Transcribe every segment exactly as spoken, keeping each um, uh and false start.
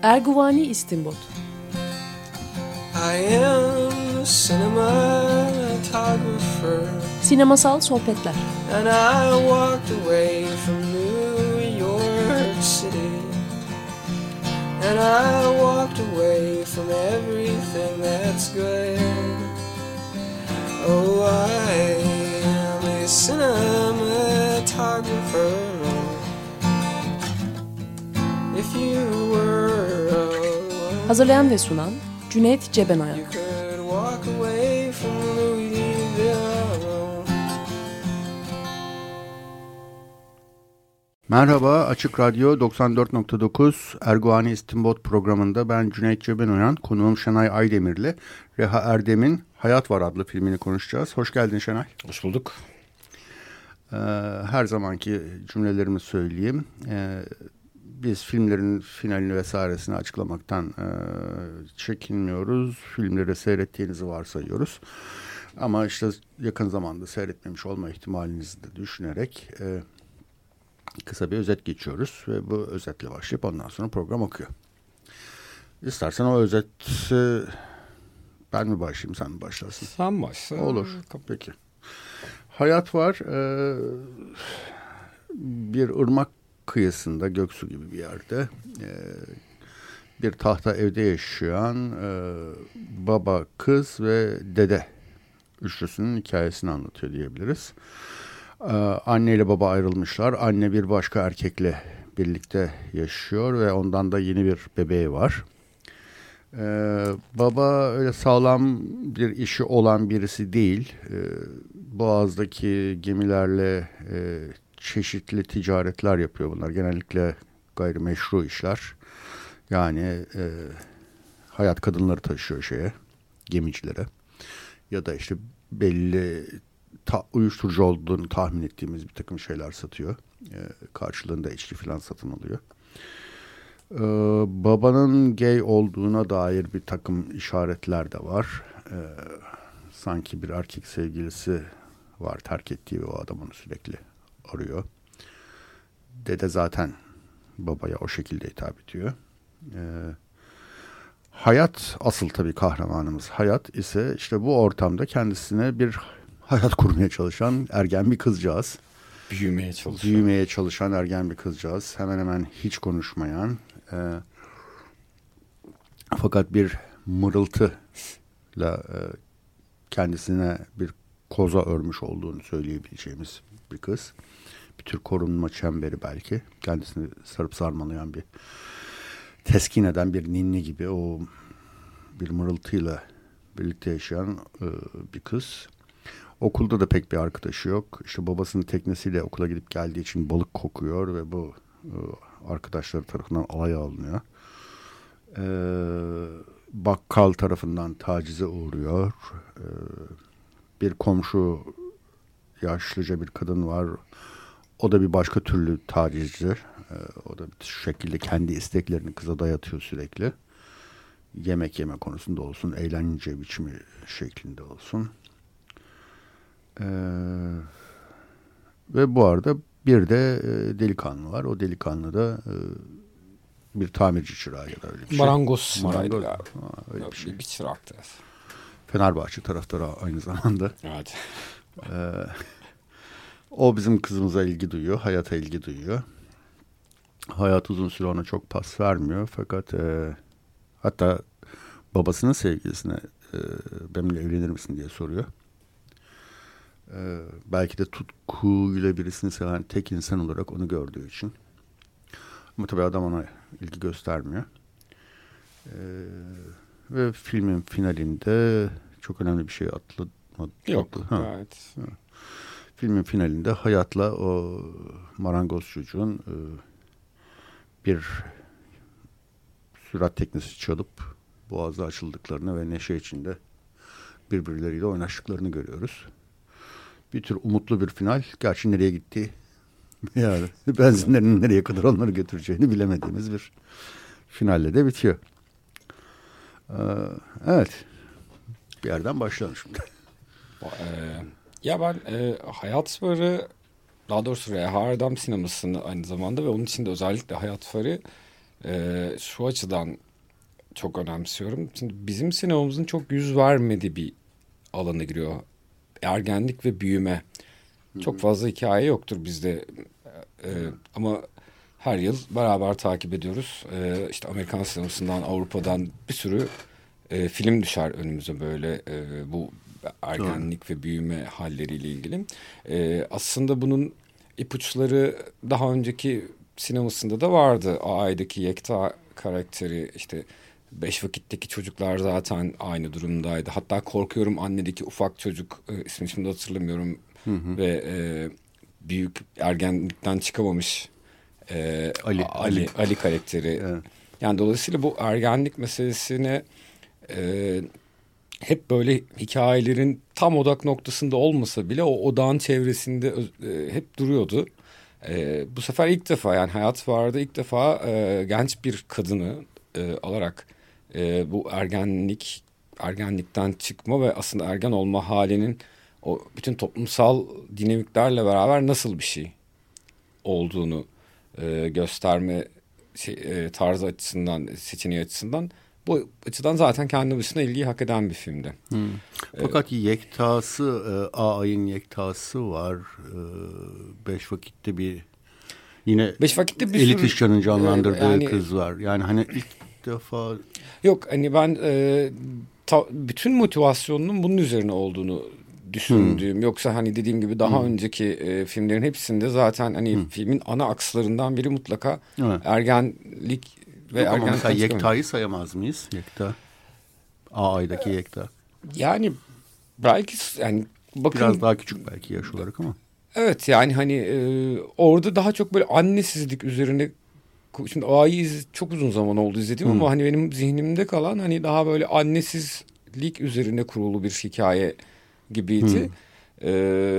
Erguvani İstinbot. I am a cinematographer. Sinemasal sohbetler. And I walked away from New York City. And I walked away from everything that's good. Oh, I am a cinematographer. If you were alone, hazırlayan ve sunan Cüneyt Cebenayak. you could walk away from Louisville alone. Merhaba, Açık Radyo doksan dört nokta dokuz Erguvani İstinbot programında ben Cüneyt Cebenayan, konuğum Şenay Aydemir'le Reha Erdem'in Hayat Var adlı filmini konuşacağız. Hoş geldin Şenay. Hoş bulduk. Ee, her zamanki cümlelerimi söyleyeyim. Ee, biz filmlerin finalini vesairesini açıklamaktan e, çekinmiyoruz. Filmleri seyrettiğinizi varsayıyoruz. Ama işte yakın zamanda seyretmemiş olma ihtimalinizi de düşünerek e, kısa bir özet geçiyoruz. Ve bu özetle başlayıp ondan sonra program okuyor. İstersen o özeti ben mi başlayayım, sen mi başlarsın? Sen başla. Olur. Peki. Hayat var. Ee, bir ırmak kıyısında, Göksu gibi bir yerde e, bir tahta evde yaşayan e, baba, kız ve dede üçlüsünün hikayesini anlatıyor diyebiliriz. E, anne ile baba ayrılmışlar. Anne bir başka erkekle birlikte yaşıyor ve ondan da yeni bir bebeği var. Ee, baba öyle sağlam bir işi olan birisi değil. Ee, Boğaz'daki gemilerle e, çeşitli ticaretler yapıyor bunlar. Genellikle gayrimeşru işler. Yani e, hayat kadınları taşıyor şeye, gemicilere. Ya da işte belli ta, uyuşturucu olduğunu tahmin ettiğimiz bir takım şeyler satıyor. E, karşılığında içki falan satın alıyor. Ee, babanın gay olduğuna dair bir takım işaretler de var. Ee, sanki bir erkek sevgilisi var, terk ettiği ve o adam onu sürekli arıyor. Dede zaten babaya o şekilde hitap ediyor. Ee, hayat asıl tabii kahramanımız. Hayat ise işte bu ortamda kendisine bir hayat kurmaya çalışan ergen bir kızcağız. Büyümeye çalışan. Büyümeye çalışan ergen bir kızcağız. Hemen hemen hiç konuşmayan. E, fakat bir mırıltıyla e, kendisine bir koza örmüş olduğunu söyleyebileceğimiz bir kız. Bir tür korunma çemberi belki. Kendisini sarıp sarmalayan bir, teskin eden bir ninni gibi o bir mırıltıyla birlikte yaşayan e, bir kız. Okulda da pek bir arkadaşı yok. İşte babasının teknesiyle okula gidip geldiği için balık kokuyor ve bu e, arkadaşları tarafından alaya alınıyor. E, bakkal tarafından tacize uğruyor. E, bir komşu yaşlıca bir kadın var. O da bir başka türlü tacizci. E, o da bir şekilde kendi isteklerini kıza dayatıyor sürekli. Yemek yeme konusunda olsun, eğlence biçimi şeklinde olsun. Ee, ve bu arada bir de e, delikanlı var. O delikanlı da e, bir tamirci çırağı ya da öyle bir şey. Marangoz. Marangoz. Ha, öyle bir şey. Bir çıraktı. Fenerbahçe taraftarı aynı zamanda. Evet. Ee, o bizim kızımıza ilgi duyuyor. Hayata ilgi duyuyor. Hayat uzun süre ona çok pas vermiyor. Fakat e, hatta babasının sevgilisine e, benimle evlenir misin diye soruyor. Ee, belki de tutkuyla birisini seven tek insan olarak onu gördüğü için. Ama tabii adam ona ilgi göstermiyor. Ee, ve filmin finalinde çok önemli bir şey atladı. Yok. Ha. Gayet. Ha. Filmin finalinde hayatla o marangoz çocuğun e, bir sürat teknesi çalıp boğazda açıldıklarını ve neşe içinde birbirleriyle oynaştıklarını görüyoruz. Bir tür umutlu bir final. Gerçi nereye gitti? Yani benzinlerin nereye kadar onları götüreceğini bilemediğimiz bir finalle de bitiyor. Ee, evet. Bir yerden başlayalım şimdi. Ee, ya ben e, Hayat Var'ı, daha doğrusu Reha Erdem sinemasını aynı zamanda ve onun içinde özellikle Hayat Var'ı e, şu açıdan çok önemsiyorum. Şimdi bizim sinemamızın çok yüz vermediği bir alana giriyor. Ergenlik ve büyüme. Çok fazla hikaye yoktur bizde. E, ama her yıl beraber takip ediyoruz. E, işte Amerikan sinemasından, Avrupa'dan bir sürü e, film düşer önümüze böyle e, bu ergenlik Doğru. ve büyüme halleriyle ilgili. E, aslında bunun ipuçları daha önceki sinemasında da vardı. A'daki Yekta karakteri, işte Beş Vakit'teki çocuklar zaten aynı durumdaydı. Hatta Korkuyorum Anne'deki ufak çocuk, e, ismini şimdi hatırlamıyorum, hı hı. ve e, büyük ergenlikten çıkamamış e, Ali, Ali Ali Ali karakteri. Evet. Yani dolayısıyla bu ergenlik meselesine e, hep böyle hikayelerin tam odak noktasında olmasa bile o odağın çevresinde e, hep duruyordu. E, bu sefer ilk defa, yani Hayat Var'da ilk defa e, genç bir kadını e, alarak e, bu ergenlik, ergenlikten çıkma ve aslında ergen olma halinin o bütün toplumsal dinamiklerle beraber nasıl bir şey olduğunu e, gösterme şey, e, tarzı açısından, seçeneği açısından, bu açıdan zaten kendi başına ilgiyi hak eden bir filmdi. Hmm. Fakat ee, yektası, e, A-Ay'ın yektası var. E, beş vakitte bir yine beş vakitte bir Elit sürü, İşcan'ın canlandırdığı yani, kız var. Yani hani ilk defa... Yok hani ben e, ta, bütün motivasyonunun bunun üzerine olduğunu düşündüğüm. Hmm. Yoksa hani dediğim gibi daha hmm. önceki e, filmlerin hepsinde zaten hani hmm. filmin ana akslarından biri mutlaka evet. ergenlik ve ergenlik. Ama mesela Yekta'yı sayamaz mıyız? Yekta. A-Ay'daki Yekta. Yani belki yani bakın. Biraz daha küçük belki yaş olarak ama. Evet yani hani e, orada daha çok böyle annesizlik üzerine. Şimdi A'yı çok uzun zaman oldu izlediğim hmm. ama hani benim zihnimde kalan hani daha böyle annesizlik üzerine kurulu bir hikaye gibiydi. Hmm. Ee,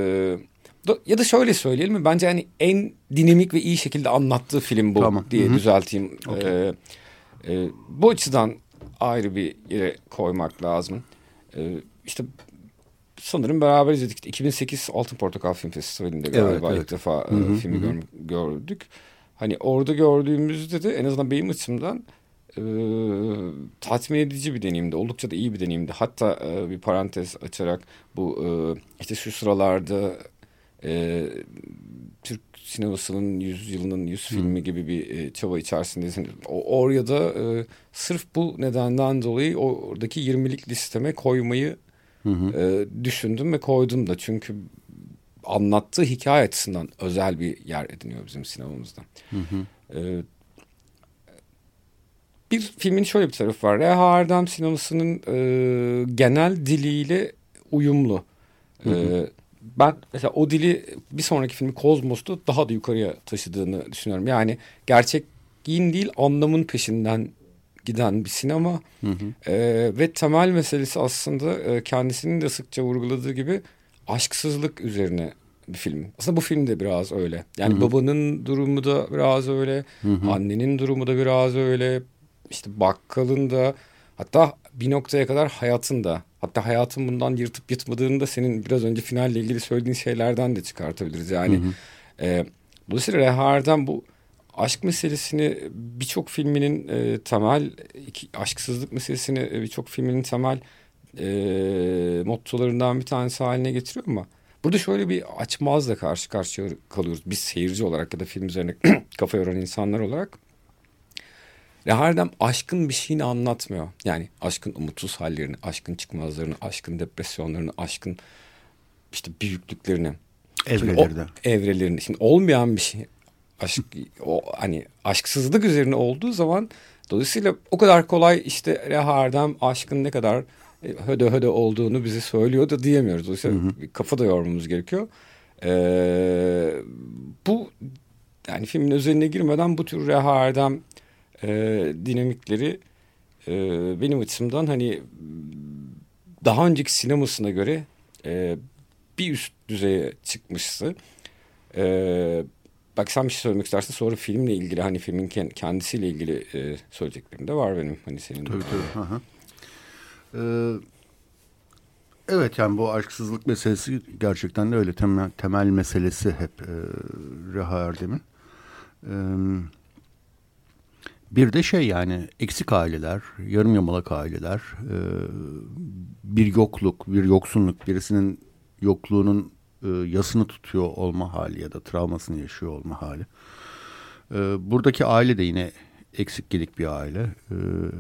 da, ya da şöyle söyleyelim mi? Bence hani en dinamik ve iyi şekilde anlattığı film bu tamam. diye Hı-hı. düzelteyim. Okay. Ee, e, bu açıdan ayrı bir yere koymak lazım. Ee, işte sanırım beraber izledik. iki bin sekiz Altın Portakal Film Festivali'nde galiba evet, evet. ilk defa Hı-hı. filmi Hı-hı. Gör, gördük. Hani orada gördüğümüzde de en azından benim açımdan e, tatmin edici bir deneyimdi. Oldukça da iyi bir deneyimdi. Hatta e, bir parantez açarak bu e, işte şu sıralarda e, Türk sinemasının yüz yılının yüz filmi hmm. gibi bir e, çaba içerisindeyiz. O, oraya da e, sırf bu nedenden dolayı oradaki yirmilik listeme koymayı hmm. e, düşündüm ve koydum da. Çünkü anlattığı hikaye açısından özel bir yer ediniyor bizim sinemamızda. Hı hı. Ee, bir filmin şöyle bir tarafı var. Reha Erdem sinemasının e, genel diliyle uyumlu. Hı hı. Ee, ben mesela o dili bir sonraki filmi Kozmos'ta daha da yukarıya taşıdığını düşünüyorum. Yani gerçekliğin değil anlamın peşinden giden bir sinema. Hı hı. Ee, ve temel meselesi aslında e, kendisinin de sıkça vurguladığı gibi aşksızlık üzerine bir film. Aslında bu film de biraz öyle. Yani Hı-hı. babanın durumu da biraz öyle. Hı-hı. Annenin durumu da biraz öyle. İşte bakkalın da, hatta bir noktaya kadar hayatın da. Hatta hayatın bundan yırtıp yırtmadığını da senin biraz önce finalle ilgili söylediğin şeylerden de çıkartabiliriz. Yani e, dolayısıyla Reha Erdem bu aşk meselesini birçok filminin e, temel, iki, aşksızlık meselesini e, birçok filminin temel e, mottolarından bir tanesi haline getiriyor ama burada şöyle bir açmazla karşı karşıya kalıyoruz. Biz seyirci olarak ya da film üzerine kafa yoran insanlar olarak. Reha Erdem aşkın bir şeyini anlatmıyor. Yani aşkın umutsuz hallerini, aşkın çıkmazlarını, aşkın depresyonlarını, aşkın işte büyüklüklerini. Evrelerde. Evrelerini. Şimdi olmayan bir şey. Aşk, o hani aşksızlık üzerine olduğu zaman dolayısıyla o kadar kolay işte Reha Erdem aşkın ne kadar höde höde olduğunu bize söylüyor da diyemiyoruz. Dolayısıyla hı hı. kafa da yormamız gerekiyor. Ee, bu yani filmin özeline girmeden bu tür Reha Erdem e, dinamikleri e, benim açımdan hani daha önceki sinemasına göre e, bir üst düzeye çıkmıştı. E, bak sen bir şey söylemek istersen sonra filmle ilgili hani filmin kendisiyle ilgili e, söyleyeceklerim de var benim. Hani senin tabii tabii. Hı hı. Ee, evet yani bu aşksızlık meselesi gerçekten de öyle temel, temel meselesi hep e, Reha Erdem'in. E, Bir de şey yani eksik aileler, yarım yamalak aileler, e, bir yokluk, bir yoksunluk, birisinin yokluğunun e, yasını tutuyor olma hali ya da travmasını yaşıyor olma hali. E, buradaki aile de yine eksik gedik bir aile. E,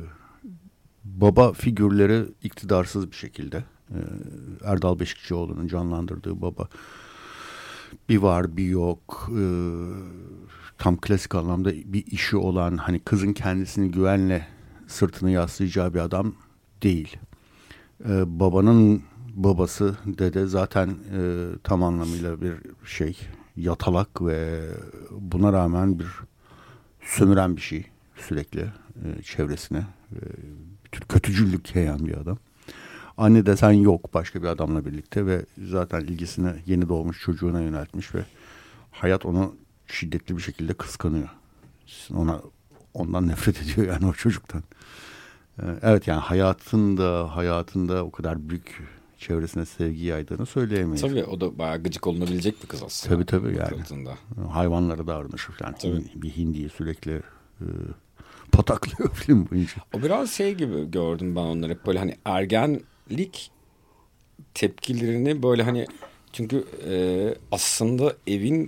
baba figürleri iktidarsız bir şekilde. E, Erdal Beşikçioğlu'nun canlandırdığı baba bir var bir yok. E, tam klasik anlamda bir işi olan, hani kızın kendisini güvenle sırtını yaslayacağı bir adam değil. Ee, babanın babası dede zaten e, tam anlamıyla bir şey, yatalak ve buna rağmen bir sömüren bir şey sürekli e, çevresine. E, bir tür kötücüllük yayan bir adam. Anne desen yok, başka bir adamla birlikte ve zaten ilgisini yeni doğmuş çocuğuna yöneltmiş ve hayat onu şiddetli bir şekilde kıskanıyor. Ona ondan nefret ediyor yani o çocuktan. Ee, evet yani hayatında hayatında o kadar büyük çevresine sevgi yaydığını söyleyemeyiz. Tabii o da bayağı gıcık olunabilecek bir kız aslında. Tabii tabii yani. Bakıldığında. Hayvanlara davranış yani. Tabii. Bir hindiyi sürekli e, pataklıyor film boyunca. O biraz şey gibi gördüm ben onları hep böyle hani ergenlik tepkilerini böyle hani çünkü e, aslında evin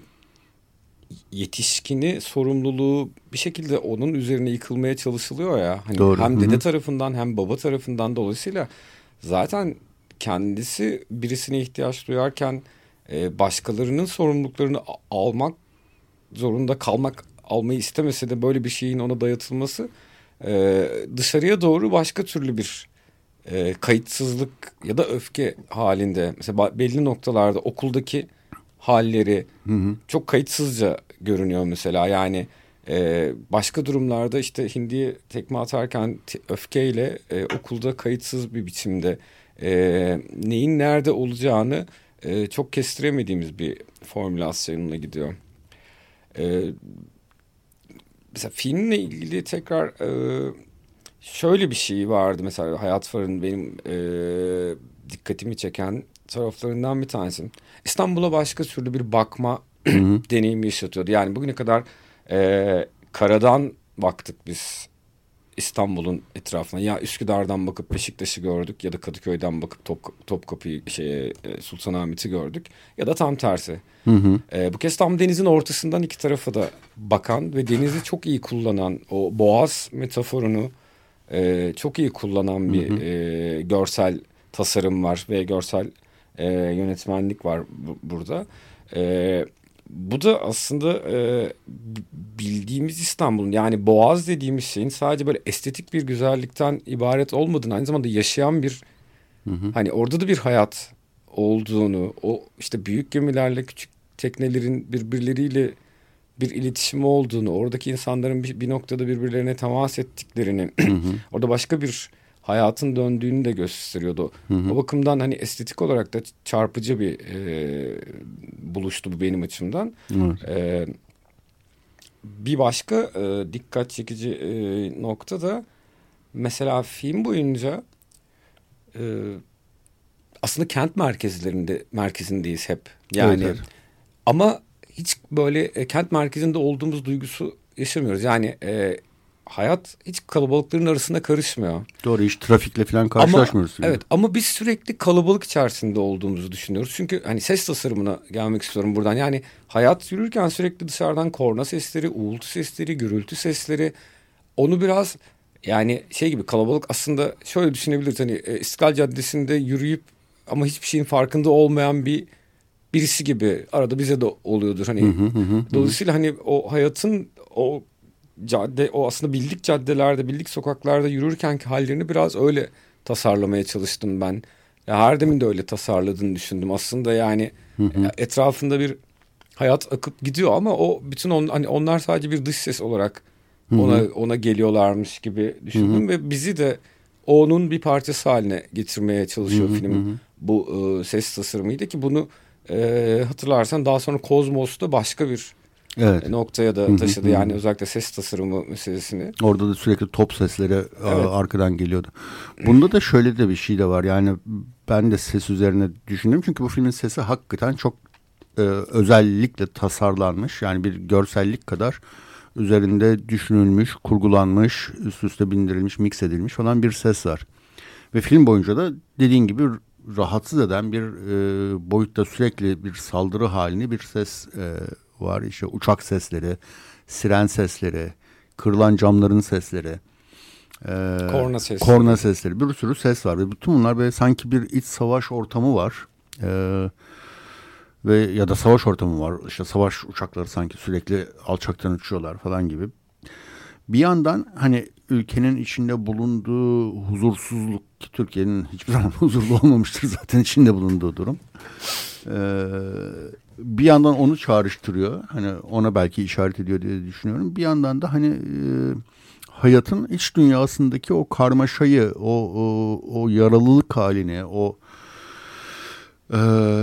yetişkini sorumluluğu bir şekilde onun üzerine yıkılmaya çalışılıyor ya. Hani Doğru. hem dede Hı-hı. tarafından hem baba tarafından dolayısıyla zaten kendisi birisine ihtiyaç duyarken e, başkalarının sorumluluklarını almak zorunda kalmak almayı istemese de böyle bir şeyin ona dayatılması e, dışarıya doğru başka türlü bir e, kayıtsızlık ya da öfke halinde mesela belli noktalarda okuldaki halleri hı hı. çok kayıtsızca görünüyor mesela yani e, başka durumlarda işte hindiye tekme atarken te, öfkeyle e, okulda kayıtsız bir biçimde e, neyin nerede olacağını e, çok kestiremediğimiz bir formülasyonuna gidiyor. E, mesela filmle ilgili tekrar e, şöyle bir şey vardı mesela Hayat Var'ın benim e, dikkatimi çeken taraflarından bir tanesi. İstanbul'a başka türlü bir bakma deneyimi yaşatıyordu. Yani bugüne kadar e, karadan baktık biz İstanbul'un etrafına. Ya Üsküdar'dan bakıp Beşiktaş'ı gördük ya da Kadıköy'den bakıp Top, Topkapı'yı şeye, Sultanahmet'i gördük ya da tam tersi. Hı hı. E, bu kez tam denizin ortasından iki tarafa da bakan ve denizi çok iyi kullanan o boğaz metaforunu e, çok iyi kullanan bir hı hı. E, görsel tasarım var ve görsel e, yönetmenlik var bu, burada. E, bu da aslında e, bildiğimiz İstanbul'un yani Boğaz dediğimiz şeyin sadece böyle estetik bir güzellikten ibaret olmadığını aynı zamanda yaşayan bir hı hı. hani orada da bir hayat olduğunu o işte büyük gemilerle küçük teknelerin birbirleriyle bir iletişimi olduğunu oradaki insanların bir, bir noktada birbirlerine temas ettiklerini hı hı. orada başka bir hayatın döndüğünü de gösteriyordu. Hı hı. O bakımdan hani estetik olarak da çarpıcı bir e, buluştu bu benim açımdan. Evet. E, bir başka e, dikkat çekici e, nokta da mesela film boyunca e, aslında kent merkezlerinde merkezindeyiz hep. Yani evet, evet. Ama hiç böyle e, kent merkezinde olduğumuz duygusu yaşamıyoruz. Yani e, hayat hiç kalabalıkların arasında karışmıyor. Doğru, hiç trafikle falan karşılaşmıyoruz. Ama, evet ama biz sürekli kalabalık içerisinde olduğumuzu düşünüyoruz. Çünkü hani ses tasarımına gelmek istiyorum buradan. Yani hayat yürürken sürekli dışarıdan korna sesleri, uğultu sesleri, gürültü sesleri. Onu biraz yani şey gibi kalabalık aslında şöyle düşünebiliriz. Hani İstiklal Caddesi'nde yürüyüp ama hiçbir şeyin farkında olmayan bir birisi gibi arada bize de oluyordur. Hani hı hı hı, dolayısıyla hani o hayatın o cadde o aslında bildik caddelerde bildik sokaklarda yürürkenki hallerini biraz öyle tasarlamaya çalıştım ben. Ya Hardem'in de öyle tasarladığını düşündüm. Aslında yani hı hı. etrafında bir hayat akıp gidiyor ama o bütün on, hani onlar sadece bir dış ses olarak hı hı. ona ona geliyorlarmış gibi düşündüm hı hı. ve bizi de onun bir parçası haline getirmeye çalışıyor hı hı. film. Hı hı. Bu e, ses tasarımıydı ki bunu e, hatırlarsan daha sonra Kozmos'ta başka bir evet. noktaya da taşıdı. Yani özellikle ses tasarımı meselesini. Orada da sürekli top sesleri evet. arkadan geliyordu. Bunda da şöyle de bir şey de var. Yani ben de ses üzerine düşündüm. Çünkü bu filmin sesi hakikaten çok e, özellikle tasarlanmış. Yani bir görsellik kadar üzerinde düşünülmüş, kurgulanmış, üst üste bindirilmiş, mix edilmiş falan bir ses var. Ve film boyunca da dediğin gibi rahatsız eden bir e, boyutta sürekli bir saldırı halini bir ses e, var. İşte uçak sesleri, siren sesleri, kırılan camların sesleri, e, korna sesleri. korna sesleri, bir sürü ses var. Ve bütün bunlar böyle sanki bir iç savaş ortamı var. E, ve ya da savaş ortamı var. İşte savaş uçakları sanki sürekli alçaktan uçuyorlar falan gibi. Bir yandan hani ülkenin içinde bulunduğu huzursuzluk, ki Türkiye'nin hiçbir zaman huzurlu olmamıştır zaten içinde bulunduğu durum. Ee, bir yandan onu çağrıştırıyor. Hani ona belki işaret ediyor diye düşünüyorum. Bir yandan da hani e, hayatın iç dünyasındaki o karmaşayı, o o, o yaralılık halini, o e,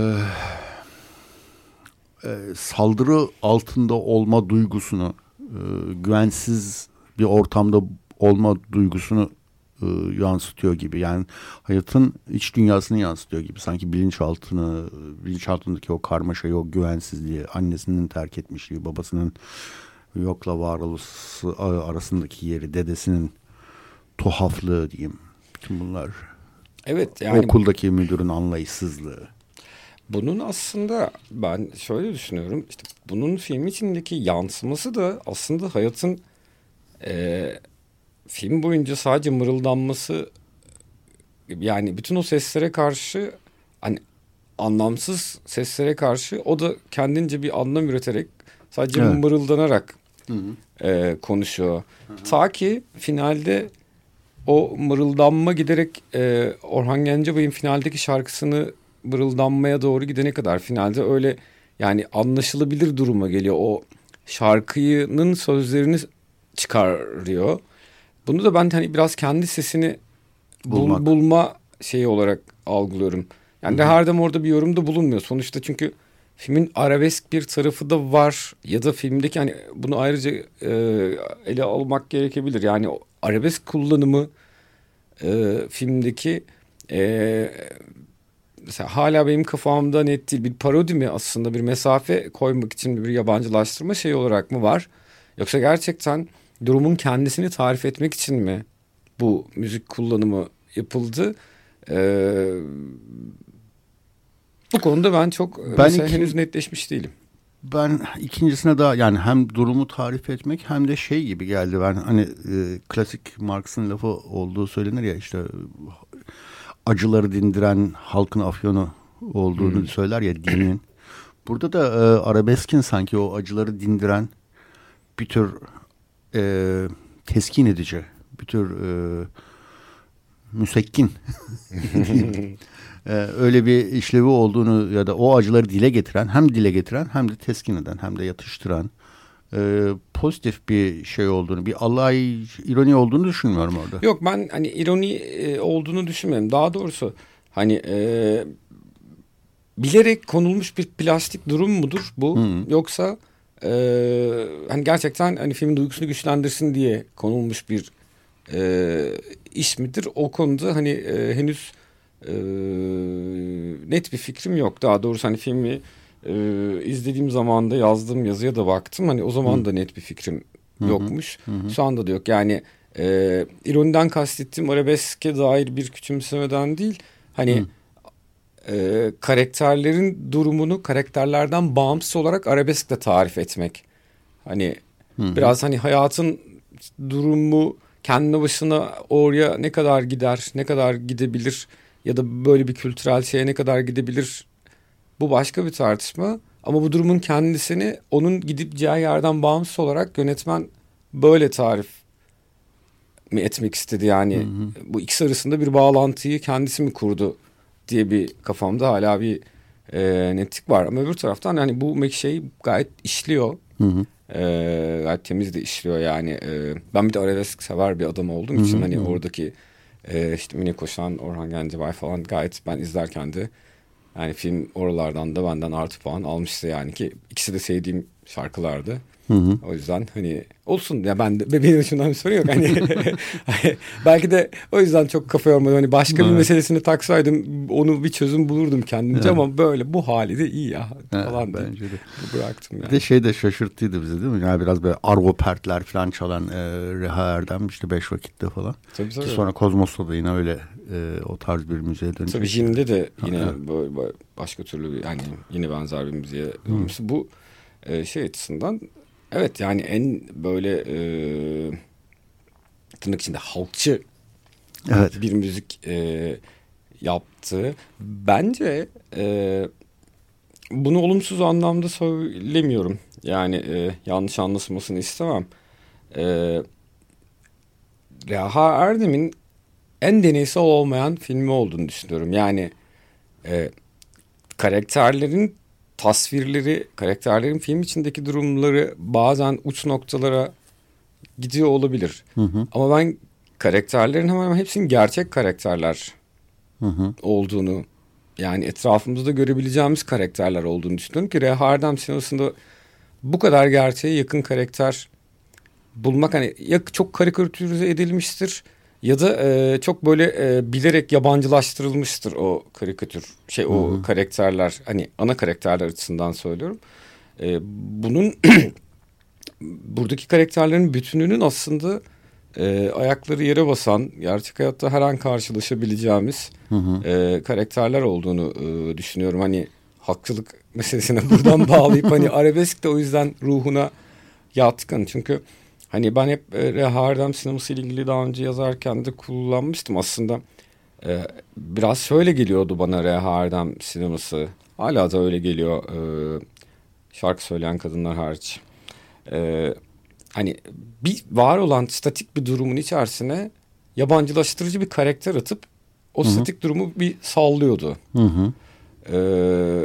e, saldırı altında olma duygusunu, e, güvensiz bir ortamda olma duygusunu e, yansıtıyor gibi. Yani hayatın iç dünyasını yansıtıyor gibi. Sanki bilinçaltını, bilinçaltındaki o karmaşayı, o güvensizliği, annesinin terk etmişliği, babasının yokla varoluşu arasındaki yeri, dedesinin tuhaflığı diyeyim. Bütün bunlar. Evet, yani okuldaki müdürün anlayışsızlığı. Bunun aslında ben şöyle düşünüyorum. İşte bunun film içindeki yansıması da aslında hayatın e, film boyunca sadece mırıldanması, yani bütün o seslere karşı, hani anlamsız seslere karşı o da kendince bir anlam üreterek sadece evet. mırıldanarak hı hı. E, konuşuyor. Hı hı. Ta ki finalde o mırıldanma giderek e, Orhan Gencebay'ın finaldeki şarkısını mırıldanmaya doğru gidene kadar, finalde öyle yani anlaşılabilir duruma geliyor. O şarkının sözlerini çıkarıyor. Bunu da ben hani biraz kendi sesini bul, bulma şeyi olarak algılıyorum. Yani de her zaman orada bir yorumda bulunmuyor. Sonuçta çünkü filmin arabesk bir tarafı da var. Ya da filmdeki hani bunu ayrıca e, ele almak gerekebilir. Yani o arabesk kullanımı e, filmdeki e, mesela hala benim kafamda net değil. Bir parodi mi aslında, bir mesafe koymak için bir yabancılaştırma şeyi olarak mı var? Yoksa gerçekten durumun kendisini tarif etmek için mi bu müzik kullanımı yapıldı? Ee, bu konuda ben çok ben iki, henüz netleşmiş değilim. Ben ikincisine daha, yani hem durumu tarif etmek hem de şey gibi geldi. Ben hani e, klasik Marx'ın lafı olduğu söylenir ya, işte acıları dindiren halkın afyonu olduğunu hmm. söyler ya dinin. Burada da e, arabeskin sanki o acıları dindiren bir tür e, teskin edici, bir tür e, müsekkin e, öyle bir işlevi olduğunu ya da o acıları dile getiren, hem dile getiren hem de teskin eden hem de yatıştıran e, pozitif bir şey olduğunu, bir alay, ironi olduğunu düşünmüyorum orada. Yok, ben hani ironi e, olduğunu düşünmüyorum. Daha doğrusu hani e, bilerek konulmuş bir plastik durum mudur bu? Hmm. Yoksa e, hani gerçekten hani filmin duygusunu güçlendirsin diye konulmuş bir e, iş midir? O konuda hani e, henüz e, net bir fikrim yok. Daha doğrusu hani filmi e, izlediğim zaman da yazdığım yazıya da baktım. Hani o zaman hmm. da net bir fikrim Hı-hı. yokmuş. Hı-hı. Şu anda da yok. Yani e, ironiden kastettiğim arabeske dair bir küçümsemeden değil. Hani Hı. e, karakterlerin durumunu karakterlerden bağımsız olarak arabeskle tarif etmek. Hani Hı-hı. biraz hani hayatın durumu kendi başına oraya ne kadar gider, ne kadar gidebilir ya da böyle bir kültürel şeye ne kadar gidebilir, bu başka bir tartışma. Ama bu durumun kendisini onun gideceği yerden bağımsız olarak yönetmen böyle tarif mi etmek istedi? Yani hı hı. bu ikisi arasında bir bağlantıyı kendisi mi kurdu diye bir kafamda hala bir e, netlik var. Ama öbür taraftan yani bu şey gayet işliyor. Hı hı. E, gayet temiz de işliyor yani. E, ben bir de arabesk sever bir adam olduğum hı hı. için hani hı. oradaki e, işte Mine Koşan, Orhan Gencebay falan gayet ben izlerken de yani film oralardan da benden artı puan almıştı yani, ki ikisi de sevdiğim şarkılardı. Hı hı. O yüzden hani olsun ya, ben de benim açımdan bir sorun yok. Hani belki de o yüzden çok kafa yormadım. Hani başka Evet. bir meselesini taksaydım onu bir çözüm bulurdum kendimce, Evet. ama böyle bu hali de iyi ya Evet, falan diye bence de. bıraktım yani. Bir de şey de şaşırttıydı bizi, değil mi? Yani biraz böyle Arvo Pertler falan çalan e, Reha Erdem işte Beş Vakit'te falan. Tabii tabii. Ki sonra Kozmos'ta da yine öyle e, o tarz bir müziğe dönecek. Tabii Jin'de de yine Ha, böyle, böyle başka türlü bir, yani yine benzer bir müziğe dönmüştü. Bu e, şey açısından evet, yani en böyle e, tırnak içinde halkçı Evet. bir müzik e, yaptı. Bence e, bunu olumsuz anlamda söylemiyorum. Yani e, yanlış anlaşılmasını istemem. E, Reha Erdem'in en deneysel olmayan filmi olduğunu düşünüyorum. Yani e, karakterlerin tasvirleri, karakterlerin film içindeki durumları bazen uç noktalara gidiyor olabilir. Hı hı. Ama ben karakterlerin hemen hemen hepsinin gerçek karakterler Hı hı. olduğunu, yani etrafımızda görebileceğimiz karakterler olduğunu düşünüyorum ki Reha Erdem sinemasında bu kadar gerçeğe yakın karakter bulmak, hani ya çok karikatürize edilmiştir ya da e, çok böyle e, bilerek yabancılaştırılmıştır o karikatür şey, o Hı hı. karakterler, hani ana karakterler açısından söylüyorum. E, bunun buradaki karakterlerin bütününün aslında e, ayakları yere basan, gerçek hayatta her an karşılaşabileceğimiz Hı hı. e, karakterler olduğunu e, düşünüyorum. Hani haklılık meselesine buradan bağlayıp hani arabesk de o yüzden ruhuna yatkın. Çünkü hani ben hep e, Reha Erdem sineması ile ilgili daha önce yazarken de kullanmıştım. Aslında e, biraz şöyle geliyordu bana Reha Erdem sineması. Hala da öyle geliyor. E, şarkı söyleyen kadınlar hariç. E, hani bir var olan statik bir durumun içerisine yabancılaştırıcı bir karakter atıp o Hı hı. statik durumu bir sallıyordu. Hı hı. Ee,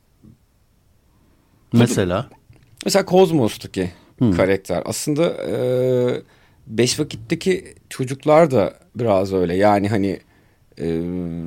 Mesela. mesela Kozmos'taki Hı. karakter aslında e, Beş Vakit'teki çocuklar da biraz öyle. Yani hani e,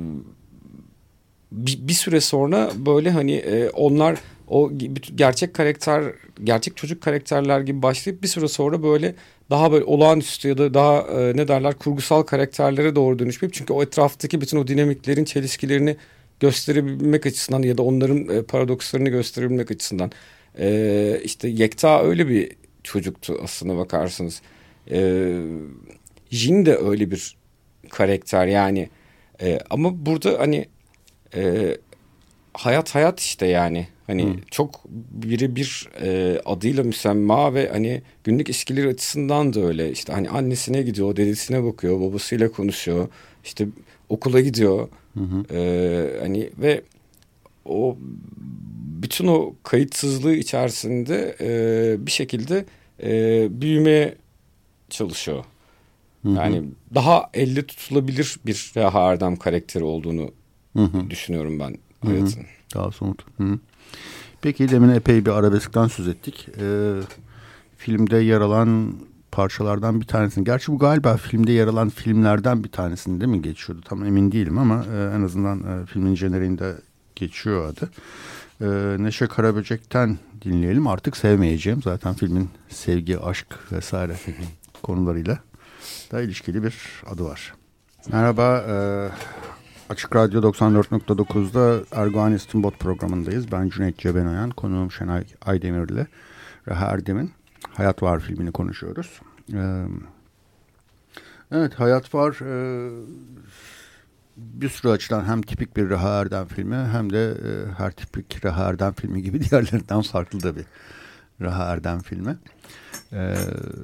bir, bir süre sonra böyle hani e, onlar o gerçek karakter, gerçek çocuk karakterler gibi başlayıp bir süre sonra böyle daha böyle olağanüstü ya da daha e, ne derler kurgusal karakterlere doğru dönüşmeyip, çünkü o etraftaki bütün o dinamiklerin çelişkilerini gösterebilmek açısından ya da onların e, paradokslarını gösterebilmek açısından e, işte Yekta öyle bir çocuktu aslına bakarsınız. E, Jin de öyle bir karakter yani. E, ama burada hani e, hayat hayat işte yani. Hani Hı. çok birebir e, adıyla müsemma ve hani günlük ilişkileri açısından da öyle. İşte hani annesine gidiyor, dedesine bakıyor, babasıyla konuşuyor. İşte okula gidiyor. Hı hı. E, hani ve o bütün o kayıtsızlığı içerisinde e, bir şekilde e, büyümeye çalışıyor. Hı hı. Yani daha elle tutulabilir bir Reha Erdem karakteri olduğunu Hı hı. düşünüyorum ben Hı hı. hayatın. Daha somut. Hı hı. Peki demin epey bir arabeskten söz ettik. Ee, filmde yer alan parçalardan bir tanesini. Gerçi bu galiba filmde yer alan filmlerden bir tanesini değil mi geçiyordu? Tam emin değilim ama e, en azından e, filmin jeneriğinde geçiyor adı. E, Neşe Karaböcek'ten dinleyelim. Artık Sevmeyeceğim. Zaten filmin sevgi, aşk vesaire konularıyla da ilişkili bir adı var. Merhaba. E, Açık Radyo doksan dört nokta dokuz'da Erguvan İstinbot programındayız. Ben Cüneyt Cebenoyan, konuğum Şenay Aydemir ile Reha Erdem'in Hayat Var filmini konuşuyoruz. Ee, evet, Hayat Var e, bir sürü açıdan hem tipik bir Reha Erdem filmi hem de e, her tipik Reha Erdem filmi gibi diğerlerinden farklı da bir Reha Erdem filmi. Ee,